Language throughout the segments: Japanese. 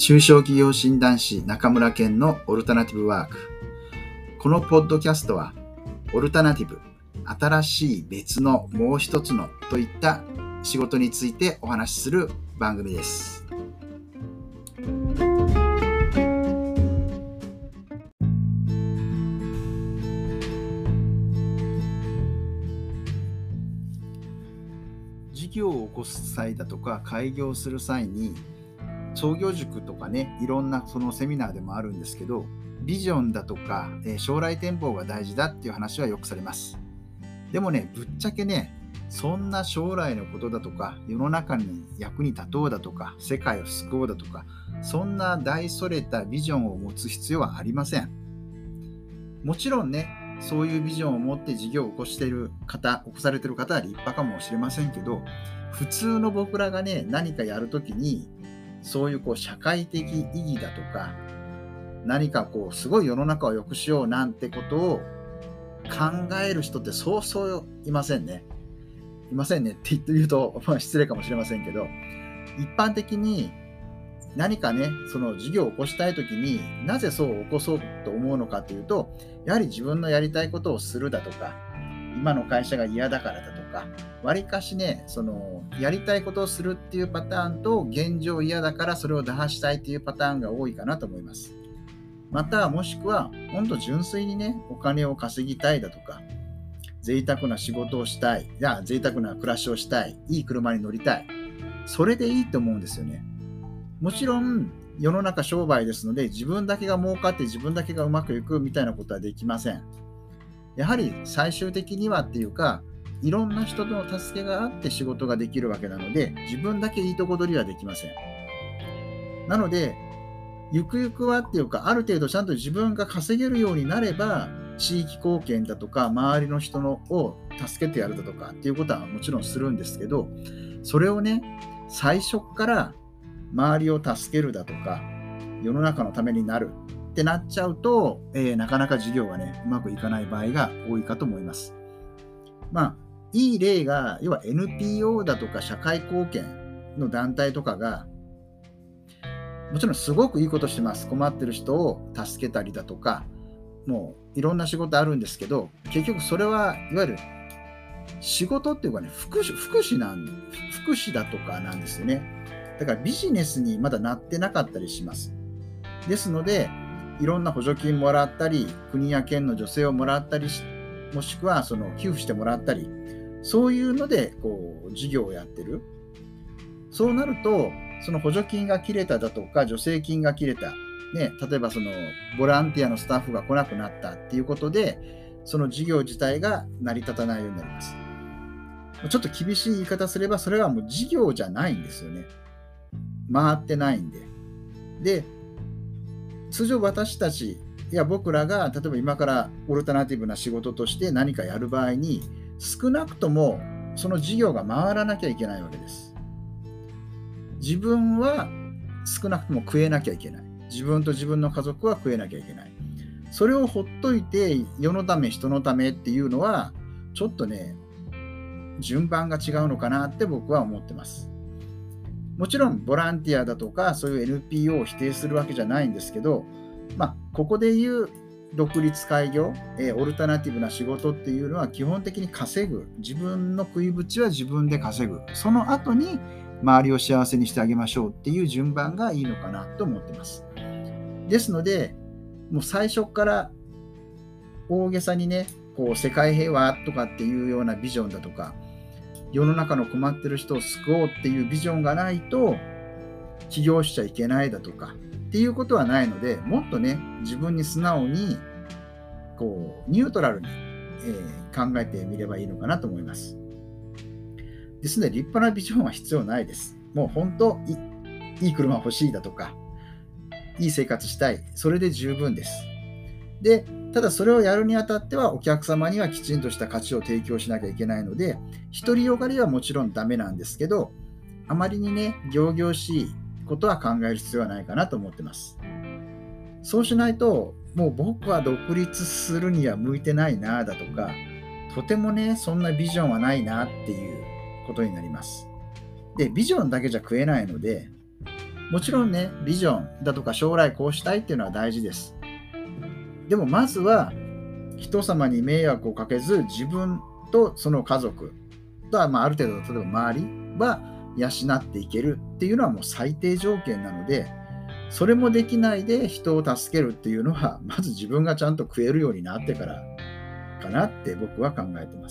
中小企業診断士中村健のオルタナティブワーク。このポッドキャストはオルタナティブ、新しい別のもう一つのといった仕事についてお話しする番組です。事業を起こす際だとか開業する際に創業塾とかね、いろんなそのセミナーでもあるんですけど、ビジョンだとか将来展望が大事だっていう話はよくされます。でもね、ぶっちゃけね、そんな将来のことだとか世の中に役に立とうだとか世界を救おうだとか、そんな大それたビジョンを持つ必要はありません。もちろんね、そういうビジョンを持って事業を起こされている方は立派かもしれませんけど、普通の僕らがね、何かやるときにそういう社会的意義だとか、何かすごい世の中を良くしようなんてことを考える人ってそうそういませんね。いませんねって言うと失礼かもしれませんけど、一般的に何かね、その事業を起こしたいときになぜそう起こそうと思うのかというと、やはり自分のやりたいことをするだとか、今の会社が嫌だからだとか、わりかしね、そのやりたいことをするっていうパターンと、現状嫌だからそれを打破したいっていうパターンが多いかなと思います。またもしくは本当純粋にね、お金を稼ぎたいだとか、贅沢な仕事をしたい、贅沢な暮らしをしたい、いい車に乗りたい、それでいいと思うんですよね。もちろん世の中商売ですので、自分だけが儲かって自分だけがうまくいくみたいなことはできません。やはり最終的にはっていうか、いろんな人の助けがあって仕事ができるわけなので、自分だけいいとこ取りはできません。なのでゆくゆくはっていうか、ある程度ちゃんと自分が稼げるようになれば、地域貢献だとか周りの人を助けてやるだとかっていうことはもちろんするんですけど、それをね、最初から周りを助けるだとか世の中のためになるってなっちゃうと、なかなか事業がね、うまくいかない場合が多いかと思います。いい例が、要は NPO だとか社会貢献の団体とかがもちろんすごくいいことしてます。困ってる人を助けたりだとか、もういろんな仕事あるんですけど、結局それはいわゆる仕事っていうかね、福祉だとかなんですよね。だからビジネスにまだなってなかったりします。ですので、いろんな補助金もらったり、国や県の助成をもらったり、もしくはその寄付してもらったり、そういうので事業をやってる。そうなると、その補助金が切れただとか助成金が切れた、ね、例えばそのボランティアのスタッフが来なくなったっていうことで、その事業自体が成り立たないようになります。ちょっと厳しい言い方すれば、それはもう事業じゃないんですよね。回ってないんで。で、通常私たち僕らが例えば今からオルタナティブな仕事として何かやる場合に、少なくともその事業が回らなきゃいけないわけです。自分は少なくとも食えなきゃいけない。自分と自分の家族は食えなきゃいけない。それをほっといて世のため人のためっていうのは、ちょっとね、順番が違うのかなって僕は思ってます。もちろんボランティアだとかそういう NPO を否定するわけじゃないんですけど、ここでいう独立開業、オルタナティブな仕事っていうのは基本的に稼ぐ。自分の食いぶちは自分で稼ぐ。その後に周りを幸せにしてあげましょうっていう順番がいいのかなと思ってます。ですので、もう最初から大げさにね、世界平和とかっていうようなビジョンだとか、世の中の困ってる人を救おうっていうビジョンがないと起業しちゃいけないだとかっていうことはないので、もっとね、自分に素直にニュートラルに、考えてみればいいのかなと思います。ですので、立派なビジョンは必要ないです。もう本当いい車欲しいだとか、いい生活したい、それで十分です。で、ただそれをやるにあたっては、お客様にはきちんとした価値を提供しなきゃいけないので、独りよがりはもちろんダメなんですけど、あまりにね、仰々しいことは考える必要はないかなと思ってます。そうしないと、もう僕は独立するには向いてないなだとか、とてもね、そんなビジョンはないなっていうことになります。で、ビジョンだけじゃ食えないので、 もちろんね、ビジョンだとか将来こうしたいっていうのは大事です。でもまずは人様に迷惑をかけず、自分とその家族とは、ある程度例えば周りは養っていけるっていうのはもう最低条件なので、それもできないで人を助けるっていうのは、まず自分がちゃんと食えるようになってからかなって僕は考えてます。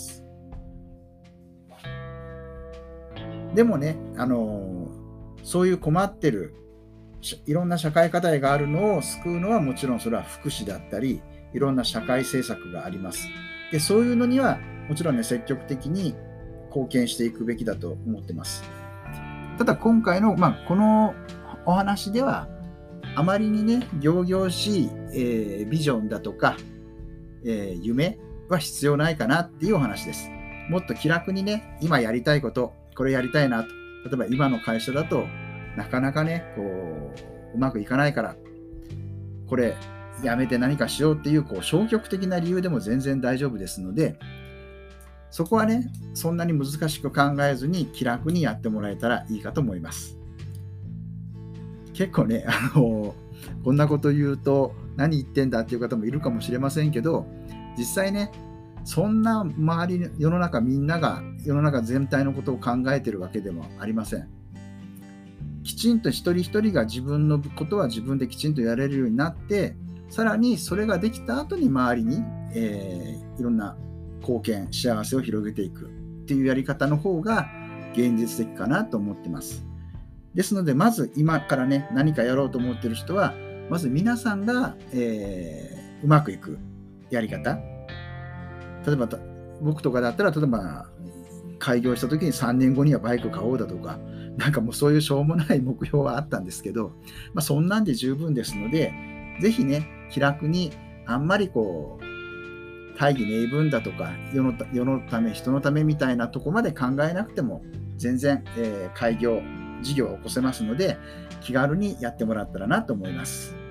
でもね、そういう困ってるいろんな社会課題があるのを救うのは、もちろんそれは福祉だったり、いろんな社会政策があります。で、そういうのにはもちろんね、積極的に貢献していくべきだと思ってます。ただ今回の、このお話では、あまりにね、仰々しい、ビジョンだとか、夢は必要ないかなっていうお話です。もっと気楽にね、今やりたいこと、これやりたいなと。例えば今の会社だとなかなかね、うまくいかないから、これやめて何かしようっていう、消極的な理由でも全然大丈夫ですので、そこはね、そんなに難しく考えずに気楽にやってもらえたらいいかと思います。結構ね、こんなこと言うと何言ってんだっていう方もいるかもしれませんけど、実際ね、そんな周り、世の中みんなが世の中全体のことを考えてるわけでもありません。きちんと一人一人が自分のことは自分できちんとやれるようになって、さらにそれができた後に周りに、いろんな貢献、幸せを広げていくっていうやり方の方が現実的かなと思ってます。ですので、まず今からね、何かやろうと思っている人は、まず皆さんが、うまくいくやり方。例えば僕とかだったら、例えば開業した時に3年後にはバイク買おうだとか、なんかもうそういうしょうもない目標はあったんですけど、そんなんで十分ですので、ぜひね、気楽に、あんまり大義名分だとか世のため人のためみたいなとこまで考えなくても全然、開業事業を起こせますので、気軽にやってもらったらなと思います。